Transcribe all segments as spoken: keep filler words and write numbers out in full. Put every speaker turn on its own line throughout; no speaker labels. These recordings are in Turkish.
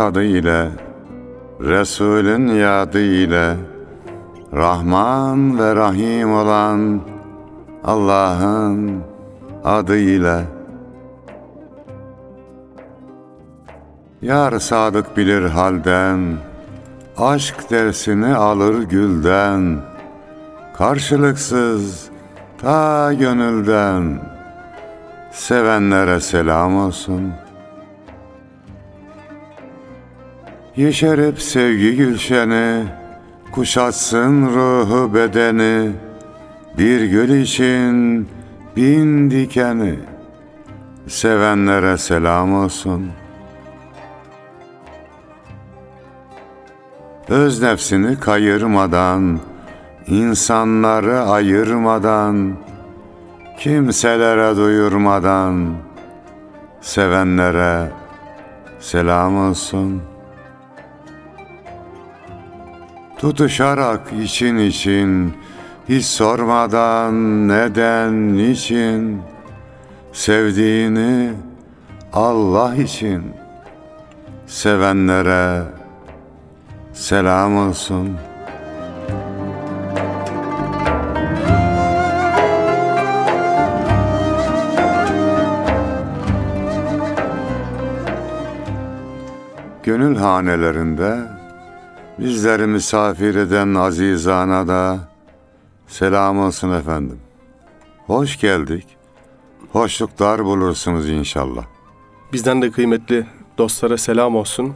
adı ile, Resulün yadı ile, Rahman ve Rahim olan Allah'ın adı ile. Yar sadık bilir halden, aşk dersini alır gülden, karşılıksız ta gönülden, sevenlere selam olsun. Yeşerip sevgi gülşeni, kuşatsın ruhu bedeni, bir gül için bin dikeni, sevenlere selam olsun. Öz nefsini kayırmadan, insanları ayırmadan, kimselere duyurmadan, sevenlere selam olsun. Tutuşarak için için, hiç sormadan neden, niçin, sevdiğini Allah için, sevenlere selam olsun. Gönül hanelerinde bizleri misafir eden azizana da selam olsun efendim. Hoş geldik. Hoşluklar bulursunuz inşallah.
Bizden de kıymetli dostlara selam olsun.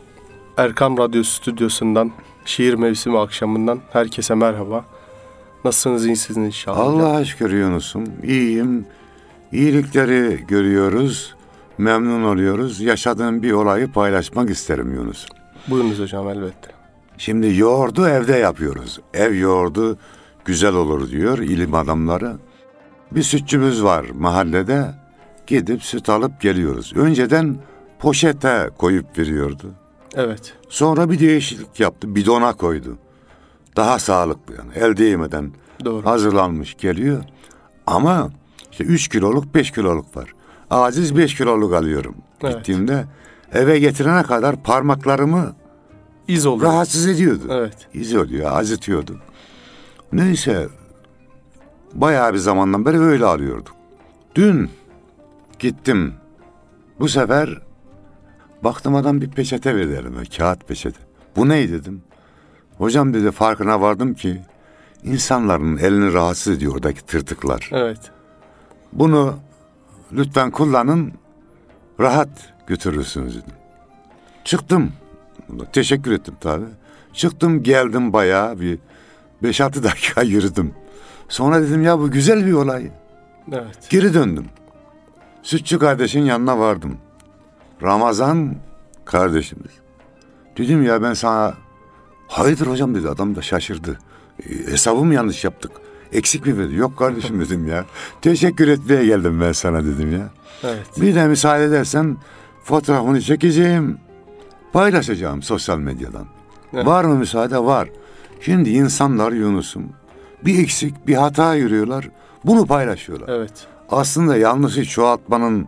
Erkam Radyo Stüdyosu'ndan, şiir mevsimi akşamından herkese merhaba. Nasılsınız, iyisiniz inşallah?
Allah'a şükür Yunus'um. İyiyim. İyilikleri görüyoruz. Memnun oluyoruz. Yaşadığım bir olayı paylaşmak isterim Yunus.
Buyurunuz hocam, elbette.
Şimdi yoğurdu evde yapıyoruz. Ev yoğurdu güzel olur diyor ilim adamları. Bir sütçümüz var mahallede. Gidip süt alıp geliyoruz. Önceden poşete koyup veriyordu.
Evet.
Sonra bir değişiklik yaptı. Bidona koydu. Daha sağlıklı yani. El değmeden
Doğru.
hazırlanmış geliyor. Ama işte üç kiloluk beş kiloluk var. Aziz beş kiloluk alıyorum.
Evet.
Gittiğimde eve getirene kadar parmaklarımı
İz oluyor.
rahatsız ediyordu.
Evet.
İz oluyor, acıtıyordu. Neyse bayağı bir zamandan beri öyle alıyorduk. Dün gittim. Bu sefer baktım adam bir peçete verdi elime. Kağıt peçete. Bu ne dedim. Hocam dedi, farkına vardım ki insanların elini rahatsız ediyor oradaki tırtıklar.
Evet.
Bunu lütfen kullanın, rahat götürürsünüz dedim. Çıktım. Teşekkür ettim tabii. Çıktım geldim bayağı bir beş altı dakika yürüdüm. Sonra dedim ya bu güzel bir olay.
Evet.
Geri döndüm. Sütçü kardeşin yanına vardım. Ramazan kardeşimiz. Dedim ya ben sana, hayırdır hocam dedi. Adam da şaşırdı. E, hesabı mı yanlış yaptık? Eksik mi verdi? Yok kardeşim dedim ya. Teşekkür etmeye geldim ben sana dedim ya.
Evet.
Bir de müsaade edersen fotoğrafını çekeceğim. Paylaşacağım sosyal medyadan.
Evet.
Var mı müsaade? Var. Şimdi insanlar Yunus'um bir eksik, bir hata yürüyorlar. Bunu paylaşıyorlar.
Evet.
Aslında yanlışı çoğaltmanın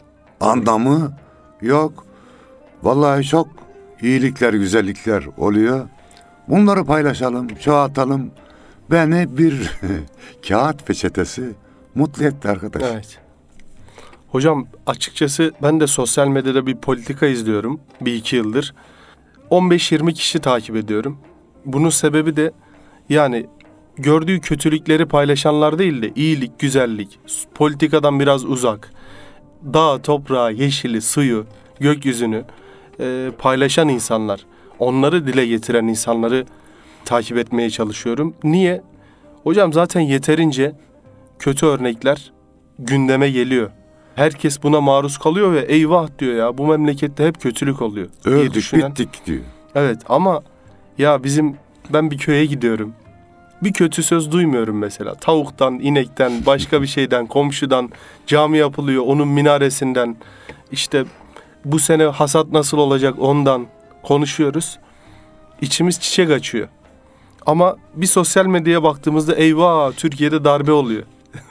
anlamı yok. Vallahi çok iyilikler, güzellikler oluyor. Bunları paylaşalım, çoğaltalım. Beni bir kağıt peçetesi mutlu etti arkadaş.
Evet. Hocam açıkçası ben de sosyal medyada bir politika izliyorum bir iki yıldır. on beş yirmi kişi takip ediyorum. Bunun sebebi de yani gördüğü kötülükleri paylaşanlar değil de iyilik, güzellik, politikadan biraz uzak, dağ, toprağı, yeşili, suyu, gökyüzünü e, paylaşan insanlar, onları dile getiren insanları takip etmeye çalışıyorum. Niye? Hocam zaten yeterince kötü örnekler gündeme geliyor. Herkes buna maruz kalıyor ve eyvah diyor ya, bu memlekette hep kötülük oluyor diye
Öldük,
düşünen.
bittik diyor.
Evet ama ya bizim, ben bir köye gidiyorum. Bir kötü söz duymuyorum mesela. Tavuktan, inekten, başka bir şeyden, komşudan, cami yapılıyor onun minaresinden. İşte bu sene hasat nasıl olacak ondan konuşuyoruz. İçimiz çiçek açıyor. Ama bir sosyal medyaya baktığımızda eyvah Türkiye'de darbe oluyor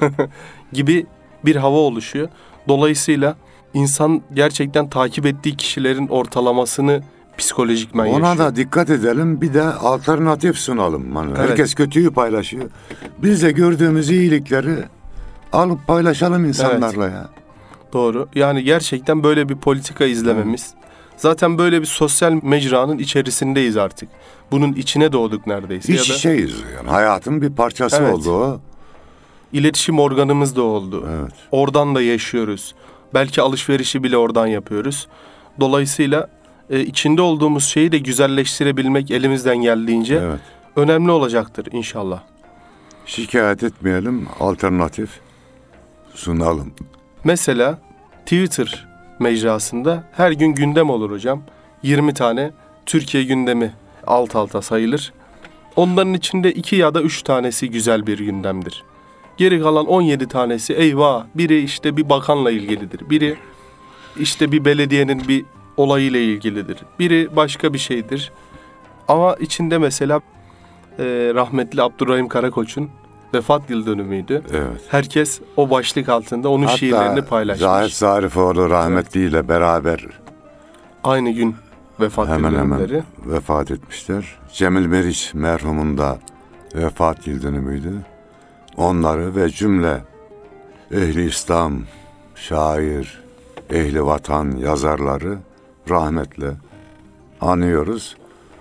gibi bir hava oluşuyor. Dolayısıyla insan gerçekten takip ettiği kişilerin ortalamasını psikolojikmen
Ona
yaşıyor.
da dikkat edelim, bir de alternatif sunalım. Yani
Evet.
Herkes kötüyü paylaşıyor. Biz de gördüğümüz iyilikleri alıp paylaşalım insanlarla ya.
Doğru. Yani gerçekten böyle bir politika izlememiz. Zaten böyle bir sosyal mecranın içerisindeyiz artık. Bunun içine doğduk neredeyse.
İç
ya da
içeyiz yani. Hayatın bir parçası
Evet.
oldu o.
iletişim organımız da oldu.
Evet.
Oradan da yaşıyoruz. Belki alışverişi bile oradan yapıyoruz. Dolayısıyla e, içinde olduğumuz şeyi de güzelleştirebilmek elimizden geldiğince
Evet.
önemli olacaktır inşallah.
Şikayet etmeyelim, alternatif sunalım.
Mesela Twitter mecrasında her gün gündem olur hocam. yirmi tane Türkiye gündemi alt alta sayılır. Onların içinde iki ya da üç tanesi güzel bir gündemdir. Geri kalan on yedi tanesi eyvah, biri işte bir bakanla ilgilidir. Biri işte bir belediyenin bir olayıyla ilgilidir. Biri başka bir şeydir. Ama içinde mesela e, rahmetli Abdurrahim Karakoç'un vefat yıl dönümüydü.
Evet.
Herkes o başlık altında onun şiirlerini paylaşmış.
Zahid Zarifoğlu rahmetliyle beraber
Aynı gün vefat
hemen
yıl
hemen
dönümleri.
vefat etmişler. Cemil Meriç merhumun da vefat yıl dönümüydü. Onları ve cümle ehli İslam, şair, ehli vatan yazarları rahmetle anıyoruz.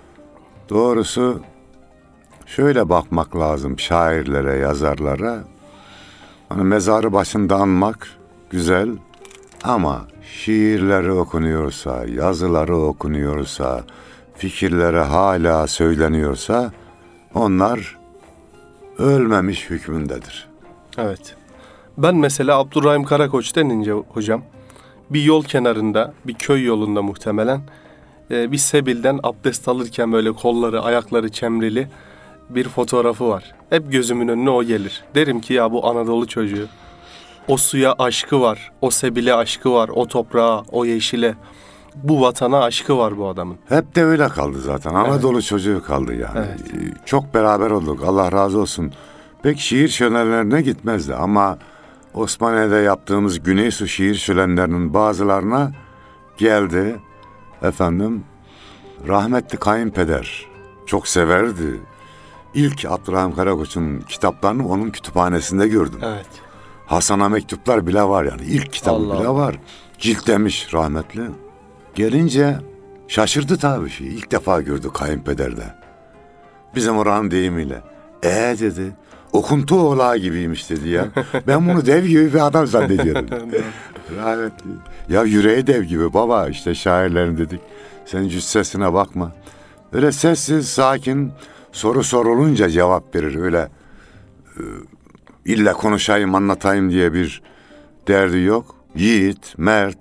Doğrusu şöyle bakmak lazım şairlere, yazarlara. Hani mezarı başında anmak güzel ama şiirleri okunuyorsa, yazıları okunuyorsa, fikirleri hala söyleniyorsa onlar ölmemiş hükmündedir.
Evet. Ben mesela Abdurrahim Karakoç denince hocam bir yol kenarında, bir köy yolunda muhtemelen e, bir sebilden abdest alırken böyle kolları, ayakları çemrili bir fotoğrafı var. Hep gözümün önüne o gelir. Derim ki ya bu Anadolu çocuğu. O suya aşkı var, o sebile aşkı var, o toprağa, o yeşile. Bu vatana aşkı var bu adamın.
Hep de öyle kaldı zaten. Anadolu çocuğu kaldı yani.
Evet.
Çok beraber olduk. Allah razı olsun. Pek şiir şölenlerine gitmezdi ama Osmaniye'de yaptığımız Güneysu şiir şölenlerinin bazılarına geldi. Efendim rahmetli kayınpeder çok severdi. İlk Abdurrahim Karakoç'un kitaplarını onun kütüphanesinde gördüm.
Evet.
Hasan'a mektuplar bile var yani. İlk kitabı
Allah
bile
Allah.
var. Ciltlemiş rahmetli. Gelince şaşırdı tabii şey. İlk defa gördü kayınpederde. Bizim oranın deyimiyle. Ee dedi. Okuntu oğlağı gibiymiş dedi ya. Ben bunu dev gibi bir adam zannediyorum. Rahmetli. Ya yüreği dev gibi baba işte şairlerin dedik. Sen cüssesine bakma. Öyle sessiz, sakin soru sorulunca cevap verir. Öyle e, illa konuşayım, anlatayım diye bir derdi yok. Yiğit, mert,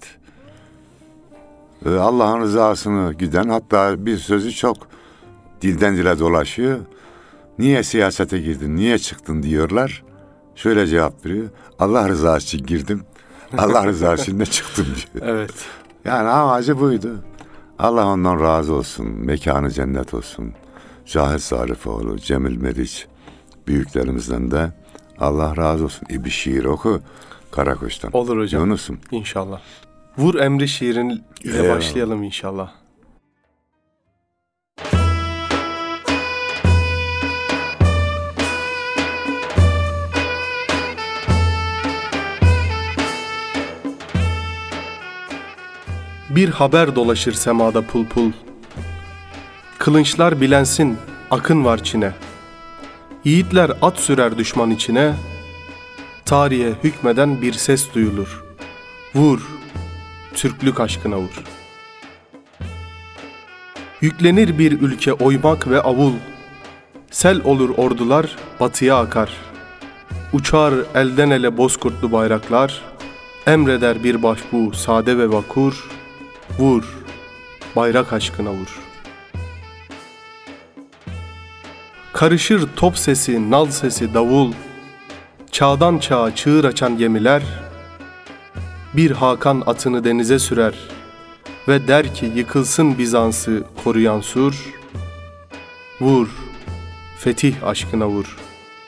e, Allah'ın rızasını güden, hatta bir sözü çok dilden dile dolaşıyor. Niye siyasete girdin, niye çıktın diyorlar. Şöyle cevap veriyor. Allah rızası için girdim. Allah rızası için de çıktım diyor.
Evet.
Yani amacı buydu. Allah ondan razı olsun. Mekanı cennet olsun. Zahid Zarifoğlu, Cemil Meriç büyüklerimizden de Allah razı olsun. E bir şiir oku Karakoç'tan.
Olur hocam.
Yunus'um.
İnşallah. Vur emri şiirinle
Eyvallah.
başlayalım inşallah. Bir haber dolaşır semada pul pul. Kılınçlar bilensin, akın var Çin'e. Yiğitler at sürer düşman içine. Tarihe hükmeden bir ses duyulur. Vur, Türklük aşkına vur. Yüklenir bir ülke oymak ve avul. Sel olur ordular, batıya akar. Uçar elden ele bozkurtlu bayraklar. Emreder bir başbuğ sade ve vakur. Vur, bayrak aşkına vur. Karışır top sesi, nal sesi, davul. Çağdan çağa çığır açan gemiler. Bir Hakan atını denize sürer. Ve der ki yıkılsın Bizans'ı koruyan sur. Vur, fetih aşkına vur.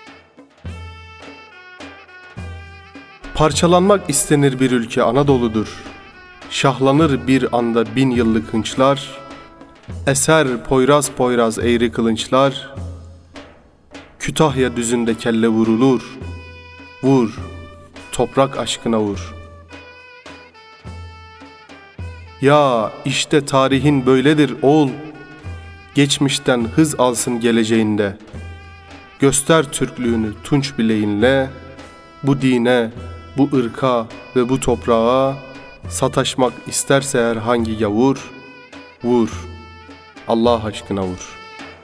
Parçalanmak istenir bir ülke Anadolu'dur. Şahlanır bir anda bin yıllık hınçlar. Eser poyraz poyraz eğri kılınçlar, Kütahya düzünde kelle vurulur. Vur, toprak aşkına vur. Ya işte tarihin böyledir oğul, Geçmişten hız alsın geleceğinde. Göster Türklüğünü tunç bileğinle, Bu dine, bu ırka ve bu toprağa sataşmak isterse herhangi gavur, vur, Allah aşkına vur.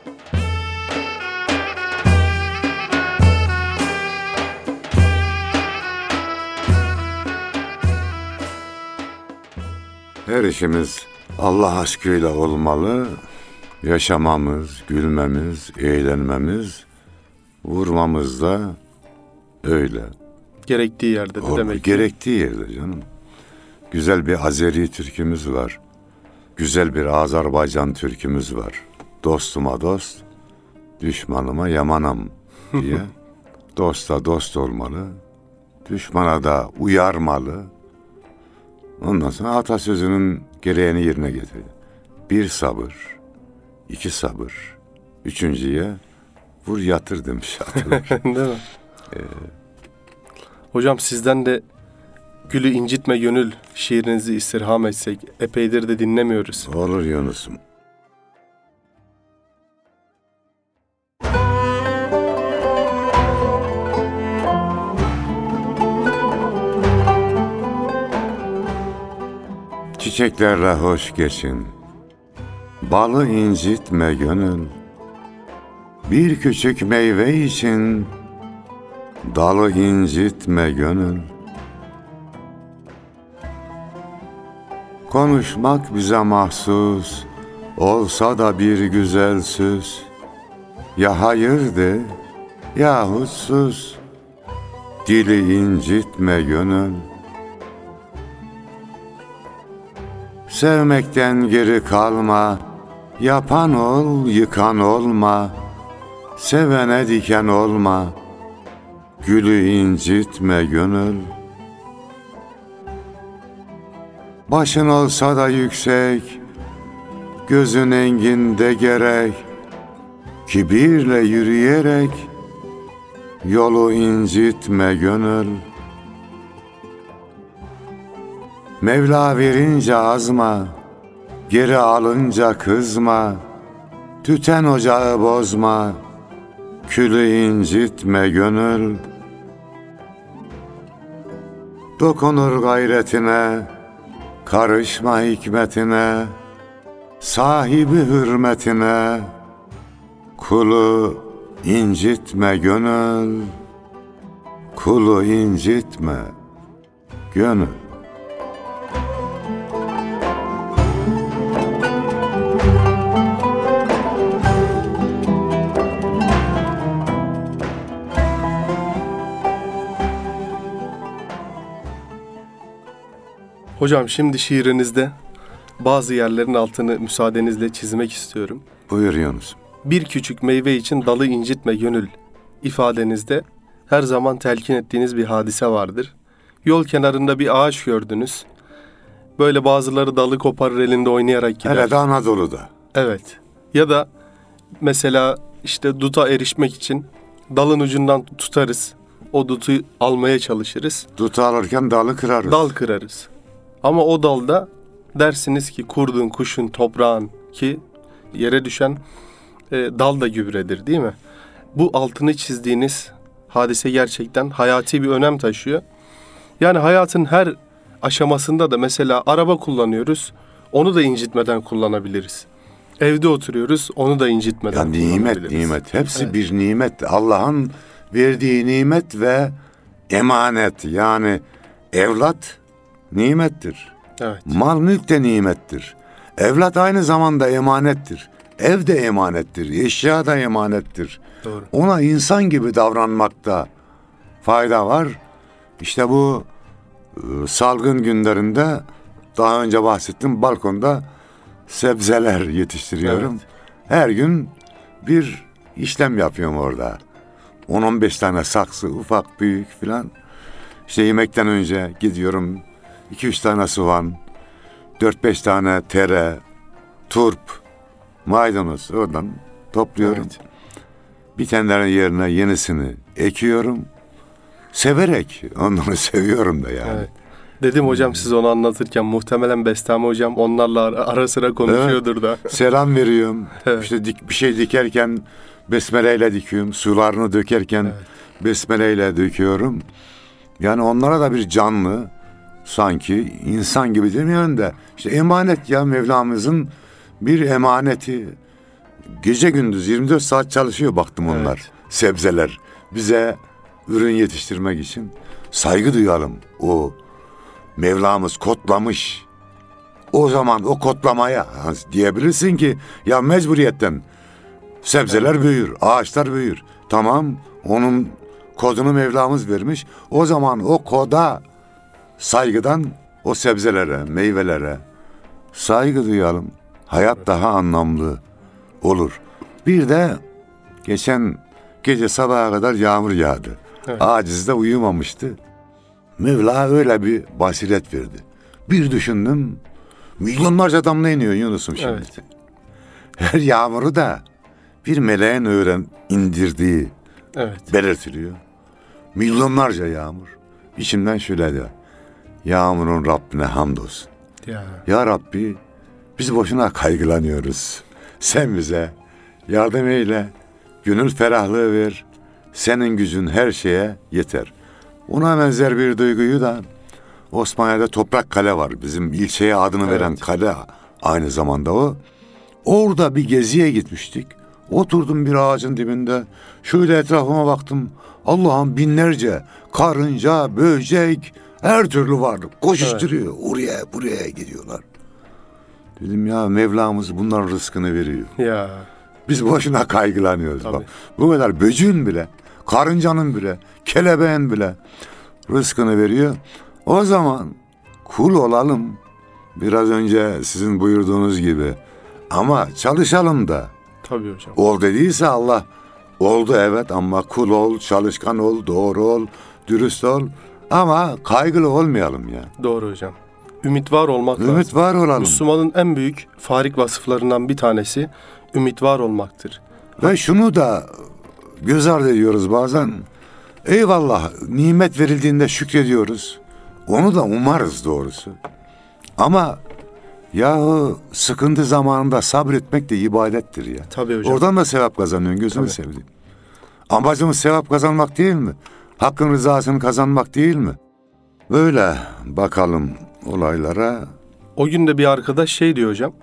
Her işimiz Allah aşkıyla olmalı. Yaşamamız, gülmemiz, eğlenmemiz, vurmamız da öyle.
Gerektiği yerde de
Olma,
demek ki.
gerektiği yerde canım. Güzel bir Azeri türkümüz var. Güzel bir Azerbaycan türkümüz var. Dostuma dost, düşmanıma yamanam diye. Dosta dost olmalı, düşmana da uyarmalı. Ondan sonra atasözünün gereğini yerine getiriyor. Bir sabır, iki sabır, üçüncüye vur yatır demiş atalar.
Değil mi? Ee, Hocam sizden de Gülü incitme gönül şiirinizi istirham etsek, epeydir de dinlemiyoruz.
Olur Yunus'um. Çiçeklerle hoş geçin, balı incitme gönül. Bir küçük meyve için dalı incitme gönül. Konuşmak bize mahsus olsa da bir güzel söz. Ya hayır de yahut sus, dili incitme gönül. Sevmekten geri kalma, yapan ol, yıkan olma. Sevene diken olma, gülü incitme gönül. Başın olsa da yüksek, gözün enginde gerek. Kibirle yürüyerek, yolu incitme gönül. Mevla verince azma, geri alınca kızma. Tüten ocağı bozma, külü incitme gönül. Dokunur gayretine, karışma hikmetine. Sahibi hürmetine, kulu incitme gönül. Kulu incitme gönül.
Hocam şimdi şiirinizde bazı yerlerin altını müsaadenizle çizmek istiyorum.
Buyur Yunus.
Bir küçük meyve için dalı incitme gönül ifadenizde her zaman telkin ettiğiniz bir hadise vardır. Yol kenarında bir ağaç gördünüz. Böyle bazıları dalı koparır elinde oynayarak gider.
Hele de Anadolu'da.
Evet. Ya da mesela işte duta erişmek için dalın ucundan tutarız. O dutu almaya çalışırız.
Dutu alırken dalı kırarız.
Dal kırarız. Ama o dalda dersiniz ki kurdun, kuşun, toprağın ki yere düşen e, dal da gübredir değil mi? Bu altını çizdiğiniz hadise gerçekten hayati bir önem taşıyor. Yani hayatın her aşamasında da mesela araba kullanıyoruz, onu da incitmeden kullanabiliriz. Evde oturuyoruz, onu da incitmeden
ya nimet,
kullanabiliriz.
nimet. Hepsi
Evet.
bir nimet. Allah'ın verdiği nimet ve emanet. Yani evlat nimettir.
Evet.
Mal mülk de nimettir. Evlat aynı zamanda emanettir. Ev de emanettir. Eşya da emanettir.
Doğru.
Ona insan gibi davranmakta fayda var. İşte bu e, salgın günlerinde daha önce bahsettim, balkonda sebzeler yetiştiriyorum.
Evet.
Her gün bir işlem yapıyorum orada. on on beş tane saksı, ufak büyük filan. İşte yemekten önce gidiyorum, iki üç tane soğan, dört beş tane tere, turp, maydanoz oradan topluyorum.
Evet.
Bitenlerin yerine yenisini ekiyorum. Severek, onları seviyorum da yani.
Evet. Dedim hocam siz onu anlatırken muhtemelen Bestami hocam onlarla ara, ara sıra konuşuyordur da.
Selam veriyorum.
Evet.
İşte dik, bir şey dikerken besmeleyle dikiyorum. Sularını dökerken
Evet.
besmeleyle döküyorum. Yani onlara da bir canlı, sanki insan gibi demiyorum da işte emanet ya, Mevlamızın bir emaneti. Gece gündüz yirmi dört saat çalışıyor baktım onlar.
Evet.
Sebzeler bize ürün yetiştirmek için saygı duyalım. O Mevlamız kodlamış. O zaman o kodlamaya diyebilirsin ki ya mecburiyetten sebzeler büyür, ağaçlar büyür. Tamam, onun kodunu Mevlamız vermiş. O zaman o koda saygıdan o sebzelere, meyvelere saygı duyalım. Hayat daha anlamlı olur. Bir de geçen gece sabaha kadar yağmur yağdı.
Evet.
Aciz de uyumamıştı. Mevla öyle bir basiret verdi. Bir düşündüm, milyonlarca damla iniyor Yunus'um şimdi.
Evet.
Her yağmuru da bir meleğin öğren indirdiği
Evet.
belirtiliyor. Milyonlarca yağmur. İçimden şöyle diyor. Yağmurun Rabbine hamdolsun.
Ya.
Ya Rabbi, biz boşuna kaygılanıyoruz. Sen bize yardım eyle, gönül ferahlığı ver. Senin gücün her şeye yeter. Ona benzer bir duyguyu da Osmaniye'de Toprak Kale var. Bizim ilçeye adını
Evet.
veren kale aynı zamanda o. Orada bir geziye gitmiştik. Oturdum bir ağacın dibinde. Şöyle etrafıma baktım. Allah'ım binlerce karınca, böcek, her türlü varlık koşuşturuyor. Oraya buraya gidiyorlar. Dedim ya Mevlamız bunların rızkını veriyor.
Ya.
Biz boşuna kaygılanıyoruz.
Tabii.
Bak, bu kadar böcüğün bile, karıncanın bile, kelebeğin bile rızkını veriyor. O zaman kul olalım. Biraz önce sizin buyurduğunuz gibi. Ama çalışalım da.
Tabii hocam.
Ol dediyse Allah, oldu evet, ama kul ol, çalışkan ol, doğru ol, dürüst ol. Ama kaygılı olmayalım ya.
Doğru hocam. Ümit var olmak lazım.
Ümit var olalım.
Müslümanın en büyük farik vasıflarından bir tanesi ümit var olmaktır.
Ve şunu da göz ardı ediyoruz bazen. Eyvallah, nimet verildiğinde şükrediyoruz. Onu da umarız doğrusu. Ama yahu sıkıntı zamanında sabretmek de ibadettir ya.
Tabii hocam.
Oradan da sevap kazanıyorsun, gözünü
Tabii.
seveyim. Amacımız sevap kazanmak değil mi? Hakkın rızasını kazanmak değil mi? Böyle bakalım olaylara.
O gün de bir arkadaş şey diyor hocam.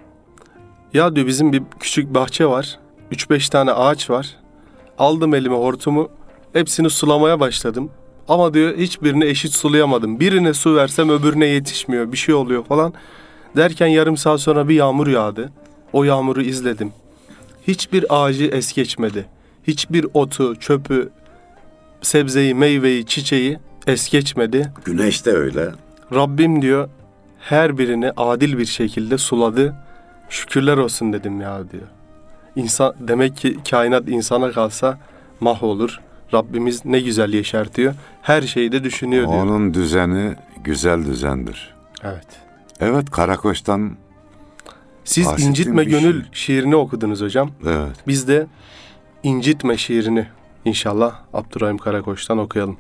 Ya diyor bizim bir küçük bahçe var. üç beş tane ağaç var. Aldım elime hortumu. Hepsini sulamaya başladım. Ama diyor hiçbirini eşit sulayamadım. Birine su versem öbürüne yetişmiyor. Bir şey oluyor falan. Derken yarım saat sonra bir yağmur yağdı. O yağmuru izledim. Hiçbir ağacı es geçmedi. Hiçbir otu, çöpü, sebzeyi, meyveyi, çiçeği es geçmedi.
Güneş de öyle.
Rabbim diyor her birini adil bir şekilde suladı. Şükürler olsun dedim ya diyor. İnsan, demek ki kainat insana kalsa mahvolur. Rabbimiz ne güzel yeşertiyor. Her şeyi de düşünüyor diyor.
Onun düzeni güzel düzendir.
Evet.
Evet, Karakoç'tan
Siz
bahsettiğim
incitme
bir
gönül
şey.
şiirini okudunuz hocam.
Evet.
Biz de incitme şiirini inşallah Abdurrahim Karakoç'tan okuyalım.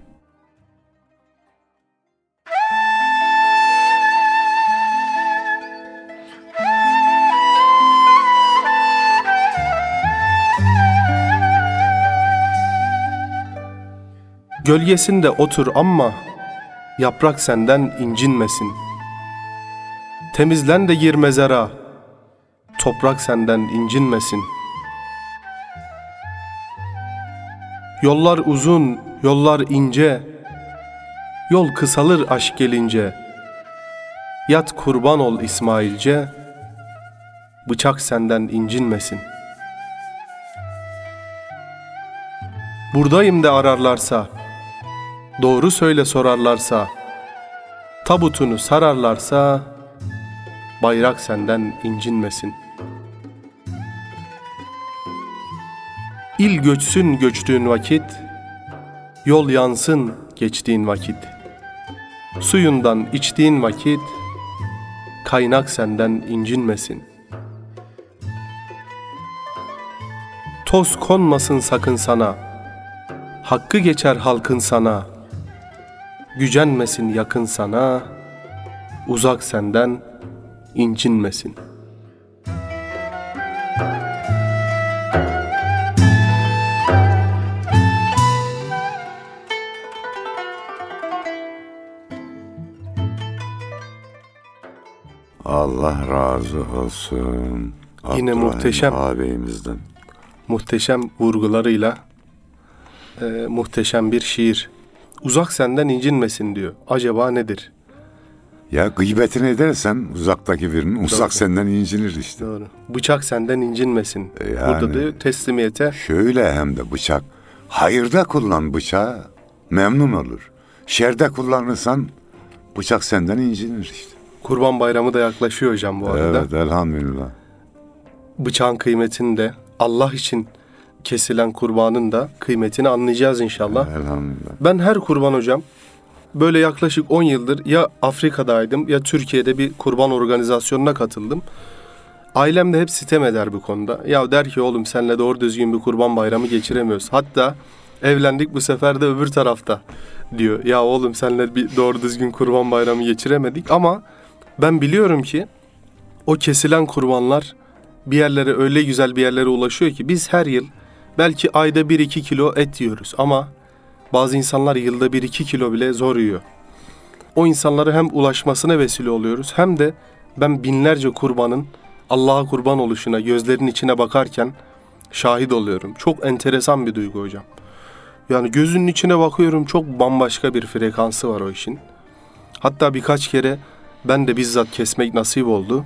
Gölgesinde otur ama yaprak senden incinmesin. Temizlen de gir mezara, toprak senden incinmesin. Yollar uzun, yollar ince, yol kısalır aşk gelince. Yat kurban ol İsmailce, bıçak senden incinmesin. Buradayım de ararlarsa, doğru söyle sorarlarsa, tabutunu sararlarsa, bayrak senden incinmesin. İl göçsün göçtüğün vakit, yol yansın geçtiğin vakit. Suyundan içtiğin vakit, kaynak senden incinmesin. Toz konmasın sakın sana, hakkı geçer halkın sana. Gücenmesin yakın sana, uzak senden incinmesin.
Allah razı olsun.
Yine
Abdurrahim
muhteşem.
ağabeyimizden.
Muhteşem vurgularıyla e, muhteşem bir şiir. Uzak senden incinmesin diyor. Acaba nedir?
Ya gıybetini edersen uzaktaki birinin uzak
Doğru.
senden incinir işte.
Doğru. Bıçak senden incinmesin.
E yani.
Burada diyor teslimiyete.
Şöyle hem de bıçak. Hayırda kullan bıçağı, memnun olur. Şerde kullanırsan bıçak senden incinir işte.
Kurban Bayramı da yaklaşıyor hocam bu arada.
Evet, elhamdülillah.
Bıçağın kıymetini de Allah için kesilen kurbanın da kıymetini anlayacağız inşallah.
Elhamdülillah.
Ben her kurban hocam böyle yaklaşık on yıldır ya Afrika'daydım ya Türkiye'de bir kurban organizasyonuna katıldım. Ailem de hep sitem eder bu konuda. Ya der ki oğlum seninle doğru düzgün bir kurban bayramı geçiremiyoruz. Hatta evlendik bu sefer de öbür tarafta diyor. Ya oğlum seninle bir doğru düzgün kurban bayramı geçiremedik ama ben biliyorum ki o kesilen kurbanlar bir yerlere öyle güzel bir yerlere ulaşıyor ki biz her yıl belki ayda bir iki kilo et yiyoruz ama bazı insanlar yılda bir iki kilo bile zor yiyor. O insanlara hem ulaşmasına vesile oluyoruz hem de ben binlerce kurbanın Allah'a kurban oluşuna gözlerin içine bakarken şahit oluyorum. Çok enteresan bir duygu hocam. Yani gözünün içine bakıyorum, çok bambaşka bir frekansı var o işin. Hatta birkaç kere ben de bizzat kesmek nasip oldu.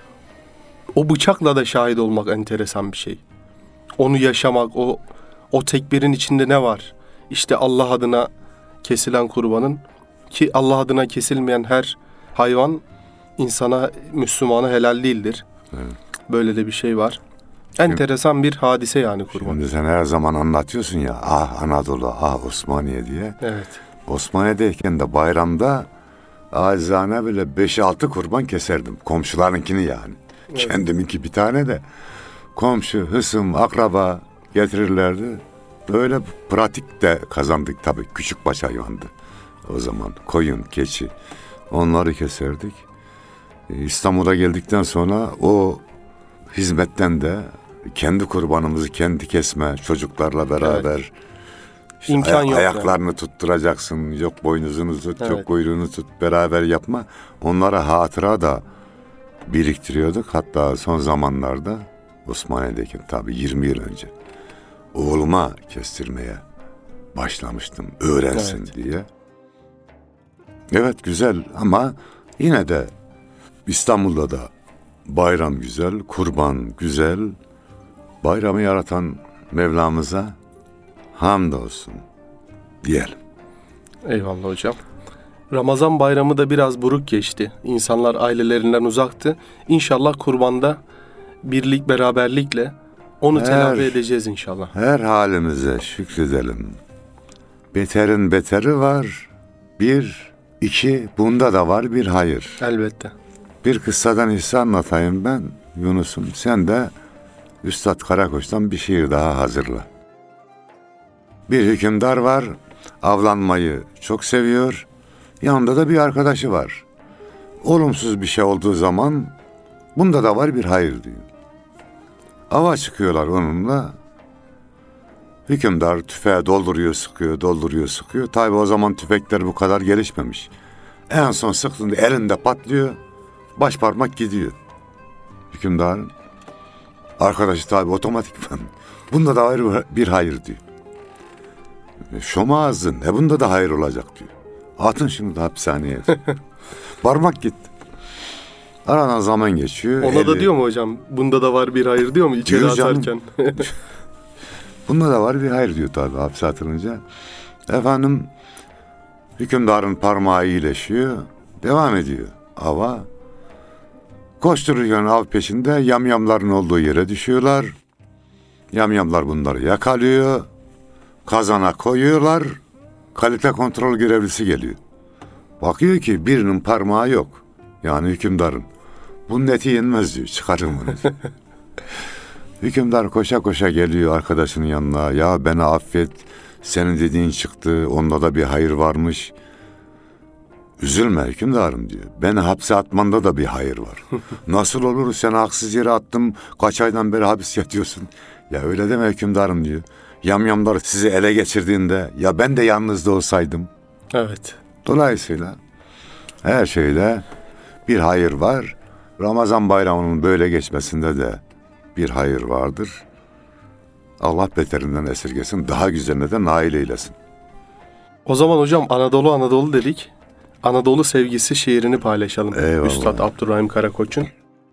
O bıçakla da şahit olmak enteresan bir şey. Onu yaşamak, o o tekbirin içinde ne var? İşte Allah adına kesilen kurbanın, ki Allah adına kesilmeyen her hayvan insana, Müslümana helal değildir.
Evet.
Böyle de bir şey var. Enteresan bir hadise yani kurban.
Şimdi sen her zaman anlatıyorsun ya, ah Anadolu, ah Osmaniye diye.
Evet.
Osmaniye'deyken de bayramda acizane böyle beş altı kurban keserdim. Komşularınkini yani.
Evet.
Kendiminki bir tane de. Komşu, hısım, akraba getirirlerdi. Böyle pratik de kazandık tabii. Küçükbaş hayvandı o zaman. Koyun, keçi. Onları keserdik. İstanbul'a geldikten sonra o hizmetten de kendi kurbanımızı kendi kesme, çocuklarla beraber
Evet.
işte
İmkan
aya-
yok
ayaklarını tutturacaksın, yok boynuzunu tut,
Evet.
yok kuyruğunu tut, beraber yapma. Onlara hatıra da biriktiriyorduk. Hatta son zamanlarda Osmaniye'deyken tabii yirmi yıl önce oğluma kestirmeye başlamıştım, öğrensin
Evet.
diye. Evet, güzel ama yine de İstanbul'da da bayram güzel, kurban güzel. Bayramı yaratan Mevlamıza hamdolsun diyelim.
Eyvallah hocam. Ramazan bayramı da biraz buruk geçti. İnsanlar ailelerinden uzaktı. İnşallah kurbanda birlik beraberlikle onu
Her-
telafi edeceğiz inşallah.
Her halimize şükredelim. Beterin beteri var. Bir, iki, bunda da var bir hayır.
Elbette.
Bir kıssadan hisse anlatayım ben Yunus'um. Sen de Üstad Karakoç'tan bir şiir daha hazırla. Bir hükümdar var, avlanmayı çok seviyor. Yanında da bir arkadaşı var. Olumsuz bir şey olduğu zaman bunda da var bir hayır diyor. Ava çıkıyorlar onunla. Hükümdar tüfeği dolduruyor, sıkıyor, dolduruyor, sıkıyor. Tabii o zaman tüfekler bu kadar gelişmemiş. En son sıktığında elinde patlıyor, baş parmak gidiyor. Hükümdarın arkadaşı tabii otomatikman bunda da hayır, bir hayır diyor. Şom ağzı ne bunda da hayır olacak diyor. Atın şunu da hapishaneye. Parmak gitti. Aradan zaman geçiyor.
Ona
eli-
da diyor mu hocam? Bunda da var bir hayır diyor mu içeri
Diyor canım.
atarken?
Bunda da var bir hayır diyor tabii hapse atılınca. Efendim hükümdarın parmağı iyileşiyor. Devam ediyor ava. Koştururken av peşinde yamyamların olduğu yere düşüyorlar. Yamyamlar bunları yakalıyor. Kazana koyuyorlar. Kalite kontrol görevlisi geliyor. Bakıyor ki birinin parmağı yok. Yani hükümdarın. Bunun eti yenmez diyor. Çıkarın bunu diyor. Hükümdar koşa koşa geliyor arkadaşının yanına. Ya beni affet, senin dediğin çıktı, onda da bir hayır varmış. Üzülme hükümdarım diyor. Beni hapse atmanda da bir hayır var. Nasıl olur, seni haksız yere attım, kaç aydan beri hapis yatıyorsun. Ya öyle deme hükümdarım diyor. Yamyamlar sizi ele geçirdiğinde ya ben de yalnız da olsaydım.
Evet.
Dolayısıyla her şeyde bir hayır var. Ramazan bayramının böyle geçmesinde de bir hayır vardır. Allah beterinden esirgesin, daha güzeline de nail eylesin.
O zaman hocam Anadolu Anadolu dedik. Anadolu sevgisi şiirini paylaşalım.
Eyvallah.
Üstad Abdurrahim Karakoç'un.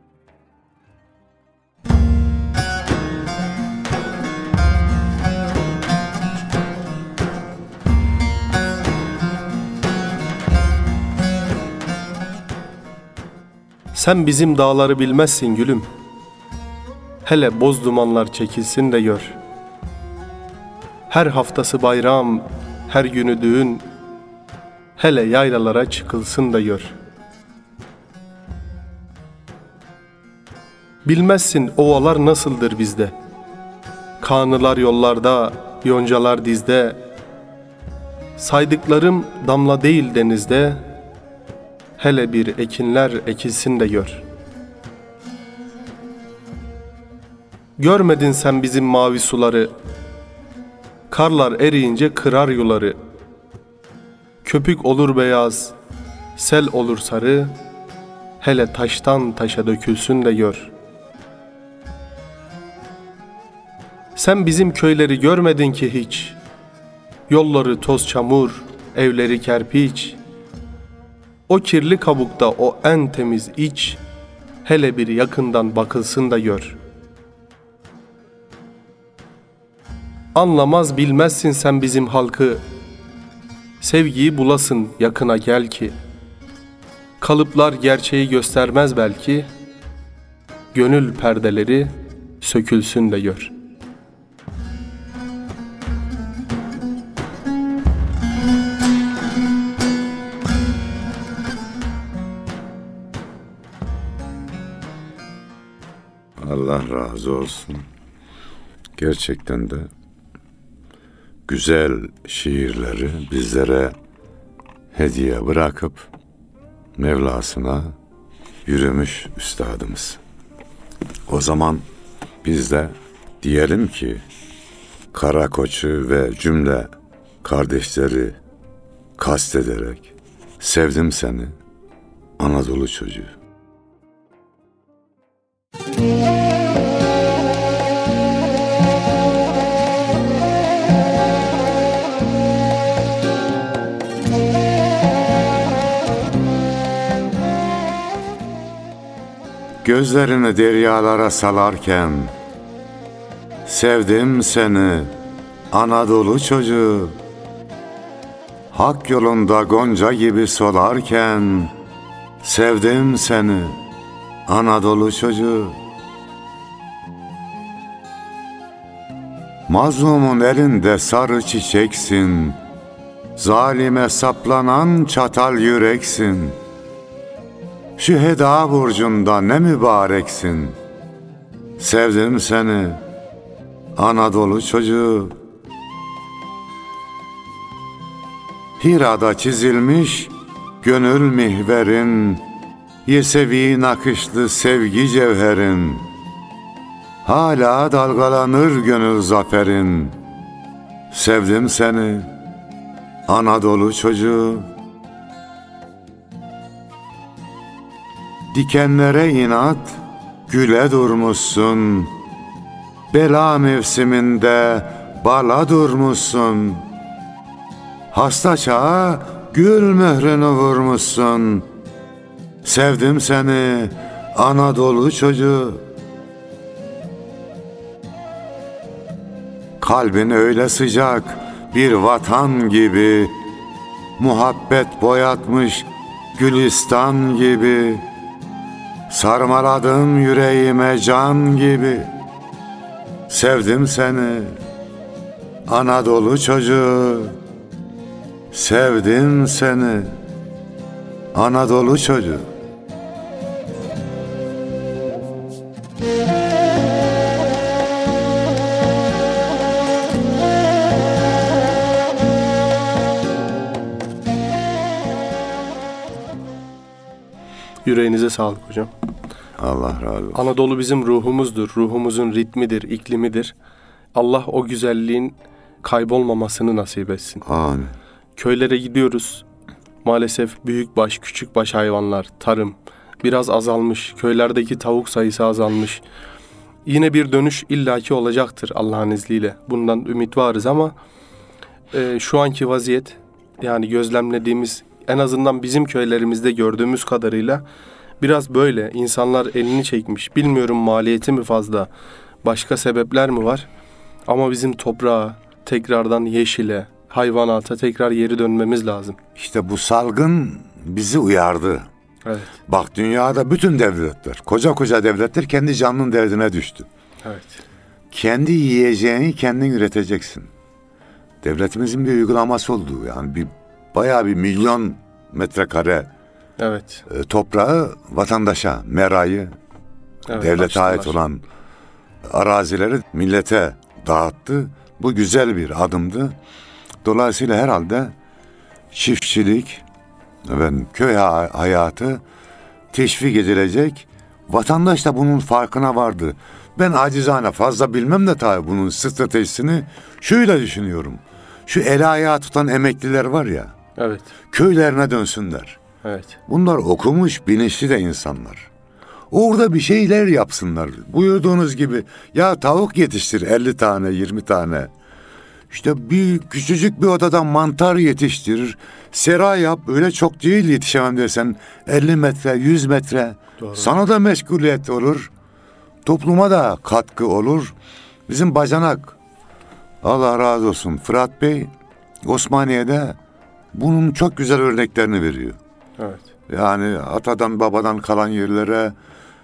Sen bizim dağları bilmezsin gülüm. Hele boz dumanlar çekilsin de gör. Her haftası bayram, her günü düğün. Hele yaylalara çıkılsın da gör. Bilmezsin ovalar nasıldır bizde. Kanılar yollarda, yoncalar dizde. Saydıklarım damla değil denizde. Hele bir ekinler ekilsin de gör. Görmedin sen bizim mavi suları. Karlar eriyince kırar yuları. Köpük olur beyaz, sel olur sarı. Hele taştan taşa dökülsün de gör. Sen bizim köyleri görmedin ki hiç. Yolları toz çamur, evleri kerpiç. O kirli kabukta o en temiz iç. Hele bir yakından bakılsın da gör. Anlamaz bilmezsin sen bizim halkı. Sevgiyi bulasın yakına gel ki. Kalıplar gerçeği göstermez belki. Gönül perdeleri sökülsün de gör.
Allah razı olsun. Gerçekten de güzel şiirleri bizlere hediye bırakıp Mevlasına yürümüş üstadımız. O zaman biz de diyelim ki Karakoç'u ve cümle kardeşleri kastederek sevdim seni Anadolu çocuğu. Gözlerini deryalara salarken sevdim seni Anadolu çocuğu. Hak yolunda gonca gibi solarken sevdim seni Anadolu çocuğu. Mazlumun elinde sarı çiçeksin, zalime saplanan çatal yüreksin. Şüheda burcunda ne mübareksin, sevdim seni Anadolu çocuğu. Hira'da çizilmiş gönül mihverin, Yesevi nakışlı sevgi cevherin. Hala dalgalanır gönül zaferin, sevdim seni Anadolu çocuğu. Dikenlere inat güle durmuşsun, bela mevsiminde bala durmuşsun. Hasta çağa gül mührünü vurmuşsun, sevdim seni Anadolu çocuğu. Kalbin öyle sıcak bir vatan gibi, muhabbet boyatmış gülistan gibi. Sarmaladım yüreğime can gibi, sevdim seni Anadolu çocuğu. Sevdim seni Anadolu çocuğu.
Yüreğinize sağlık hocam.
Allah razı olsun.
Anadolu bizim ruhumuzdur. Ruhumuzun ritmidir, iklimidir. Allah o güzelliğin kaybolmamasını nasip etsin.
Amin.
Köylere gidiyoruz. Maalesef büyükbaş, küçükbaş hayvanlar, tarım biraz azalmış. Köylerdeki tavuk sayısı azalmış. Yine bir dönüş illaki olacaktır Allah'ın izniyle. Bundan ümit varız ama e, şu anki vaziyet, yani gözlemlediğimiz, en azından bizim köylerimizde gördüğümüz kadarıyla biraz böyle. İnsanlar elini çekmiş. Bilmiyorum, maliyeti mi fazla, başka sebepler mi var? Ama bizim toprağa, tekrardan yeşile, hayvanata tekrar geri dönmemiz lazım.
İşte bu salgın bizi uyardı.
Evet.
Bak, dünyada bütün devletler, koca koca devletler kendi canının derdine düştü.
Evet.
Kendi yiyeceğini kendin üreteceksin. Devletimizin bir uygulaması oldu. Yani bir bayağı bir milyon metrekare
Evet.
e, toprağı vatandaşa, merayı,
Evet,
devlete
açtılar.
ait olan arazileri millete dağıttı. Bu güzel bir adımdı. Dolayısıyla herhalde çiftçilik, efendim, köy ha- hayatı teşvik edilecek. Vatandaş da bunun farkına vardı. Ben acizane fazla bilmem de tabii bunun stratejisini şöyle düşünüyorum. Şu el ayağı tutan emekliler var ya,
Evet.
köylerine dönsünler.
Evet.
Bunlar okumuş, bilinçli de insanlar. Orada bir şeyler yapsınlar. Buyurduğunuz gibi ya tavuk yetiştir elli tane, yirmi tane. İşte bir küçücük bir odadan mantar yetiştirir. Sera yap, öyle çok değil yetişemem dersen elli metre, yüz metre.
Doğru.
Sana da meşguliyet olur. Topluma da katkı olur. Bizim bacanak, Allah razı olsun, Fırat Bey Osmaniye'de bunun çok güzel örneklerini veriyor.
Evet.
Yani atadan babadan kalan yerlere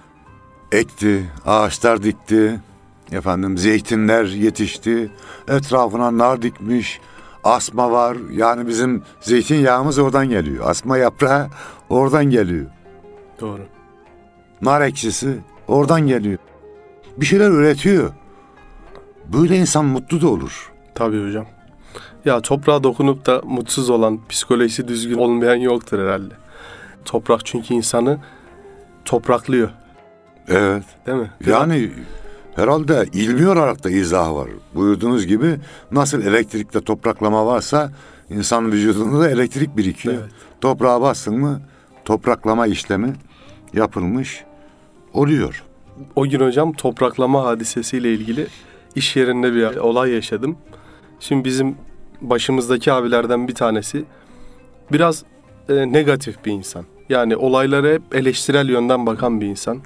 ekti, ağaçlar dikti, efendim zeytinler yetişti, etrafına nar dikmiş, asma var. Yani bizim zeytinyağımız oradan geliyor, asma yaprağı oradan geliyor,
Doğru.
nar ekşisi oradan geliyor. Bir şeyler üretiyor. Böyle insan mutlu da olur.
Tabii hocam. Ya toprağa dokunup da mutsuz olan, psikolojisi düzgün olmayan yoktur herhalde. Toprak çünkü insanı topraklıyor.
Evet.
Değil mi?
Yani herhalde ilmi olarak da izahı var. Buyurduğunuz gibi nasıl elektrikte topraklama varsa insan vücudunda da elektrik birikiyor.
Evet.
Toprağa bassın mı topraklama işlemi yapılmış oluyor.
O gün hocam topraklama hadisesiyle ilgili iş yerinde bir olay yaşadım. Şimdi bizim başımızdaki abilerden bir tanesi biraz e, negatif bir insan. Yani olaylara hep eleştirel yönden bakan bir insan.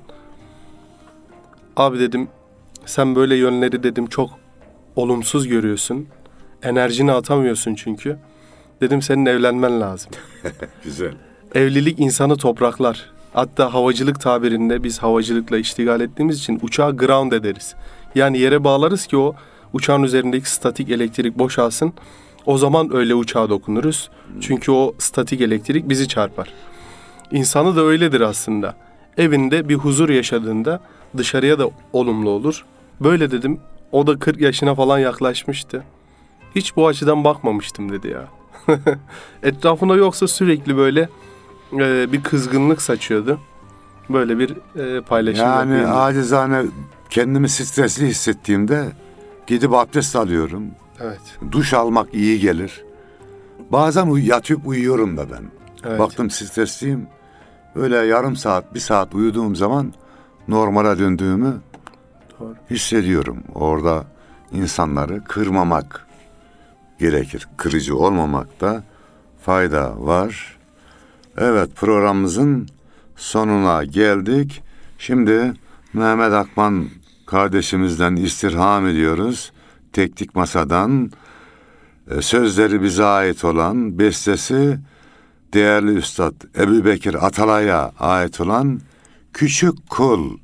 Abi dedim, sen böyle yönleri dedim çok olumsuz görüyorsun. Enerjini atamıyorsun çünkü. Dedim senin evlenmen lazım.
Güzel.
Evlilik insanı topraklar. Hatta havacılık tabirinde biz havacılıkla iştigal ettiğimiz için uçağı ground ederiz. Yani yere bağlarız ki o uçağın üzerindeki statik elektrik boşalsın. O zaman öyle uçağa dokunuruz. Çünkü o statik elektrik bizi çarpar. İnsanı da öyledir aslında. Evinde bir huzur yaşadığında dışarıya da olumlu olur. Böyle dedim. O da kırk yaşına falan yaklaşmıştı. Hiç bu açıdan bakmamıştım dedi ya. Etrafında yoksa sürekli böyle e, bir kızgınlık saçıyordu. Böyle bir e, paylaşım
Yani
yapayım.
acizane kendimi stresli hissettiğimde gidip abdest alıyorum.
Evet.
Duş almak iyi gelir. Bazen uy- yatıp uyuyorum da ben.
Evet.
Baktım stresliyim. Öyle yarım saat, bir saat uyuduğum zaman normale döndüğümü
Doğru.
hissediyorum. Orada insanları kırmamak gerekir. Kırıcı olmamakta fayda var. Evet, programımızın sonuna geldik. Şimdi Mehmet Akman kardeşimizden istirham ediyoruz. Teknik Masa'dan e, sözleri bize ait olan, bestesi değerli Üstad Ebubekir Atalay'a ait olan Küçük Kul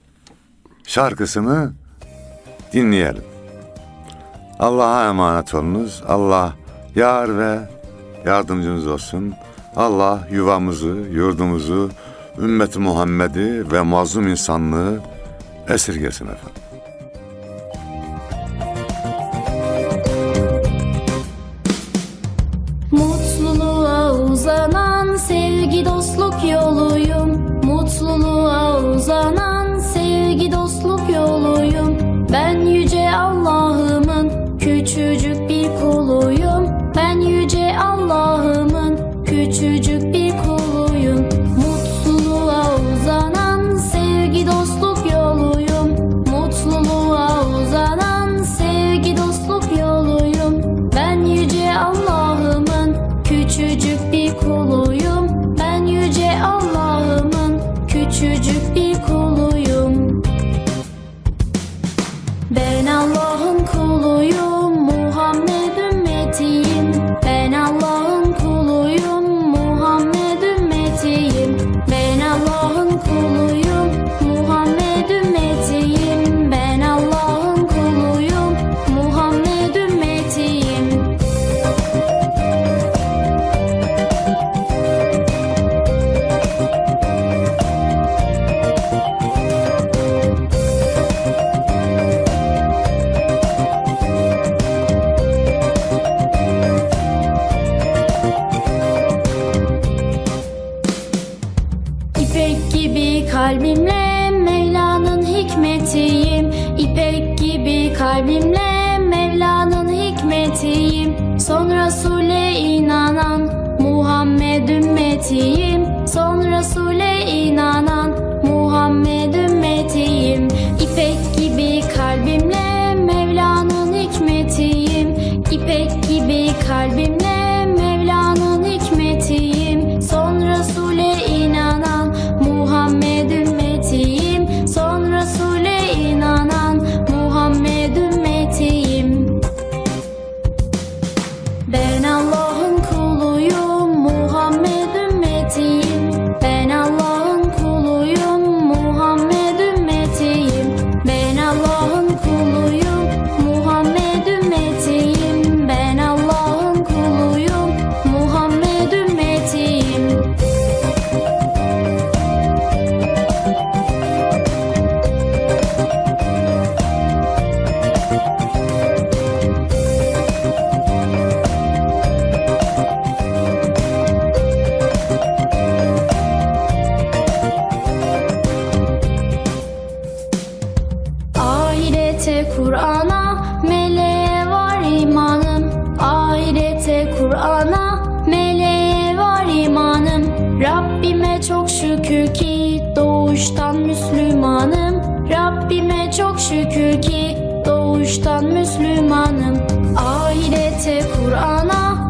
şarkısını dinleyelim. Allah'a emanet olunuz. Allah yar ve yardımcımız olsun. Allah yuvamızı, yurdumuzu, ümmeti Muhammed'i ve mazlum insanlığı esirgesin efendim.
Mutluluğa uzanan sevgi dostluk yoluyum. Mutlu küçücük bir kuluyum. Ben yüce Allah'ımın küçücük bir kuluyum. Mutluluğa uzanan sevgi dostluk yoluyum. Mutluluğa uzanan sevgi dostluk yoluyum. Ben yüce Allah'ımın küçücük bir kuluyum. Ben yüce Allah'ımın küçücük bir kuluyum. Ben Allah'ın kuluyum, Muhammed ümmetiyim. Ben Allah'ın kuluyum, Muhammed ümmetiyim. Ben Allah'ın kuluyum, Muhammed ümmetiyim. Ben Allah'ın kuluyum, Muhammed ümmetiyim. İpek gibi kalbimle Mevla'nın hikmetiyim. İpek gibi kalbimle Mevla'nın hikmetiyim. Son Resul'e inanan Muhammed ümmetiyim. Son Resul'e inanan Muhammed ümmetiyim. İpek gibi kalbimle Mevla'nın hikmetiyim. İpek gibi kalbimle Mevla'nın hikmetiyim. Son Resul'e inanan Muhammed ümmetiyim. Son Resul'e inanan Muhammed ümmetiyim. Ben Allah'ın kuluyum, Muhammed ümmetiyim. Ben Allah'ın kuluyum, Muhammed ümmetiyim. Ben Allah'ın kuluyum, Muhammed ümmetiyim. Ben Allah'ın kuluyum, Muhammed ümmetiyim. Ahirete Kur'an'a meleğe var imanım. Ahirete Kur'an'a meleğe var imanım. Rabbime çok şükür ki doğuştan Müslümanım. Rabbime çok şükür ki doğuştan Müslümanım. Ahirete Kur'an'a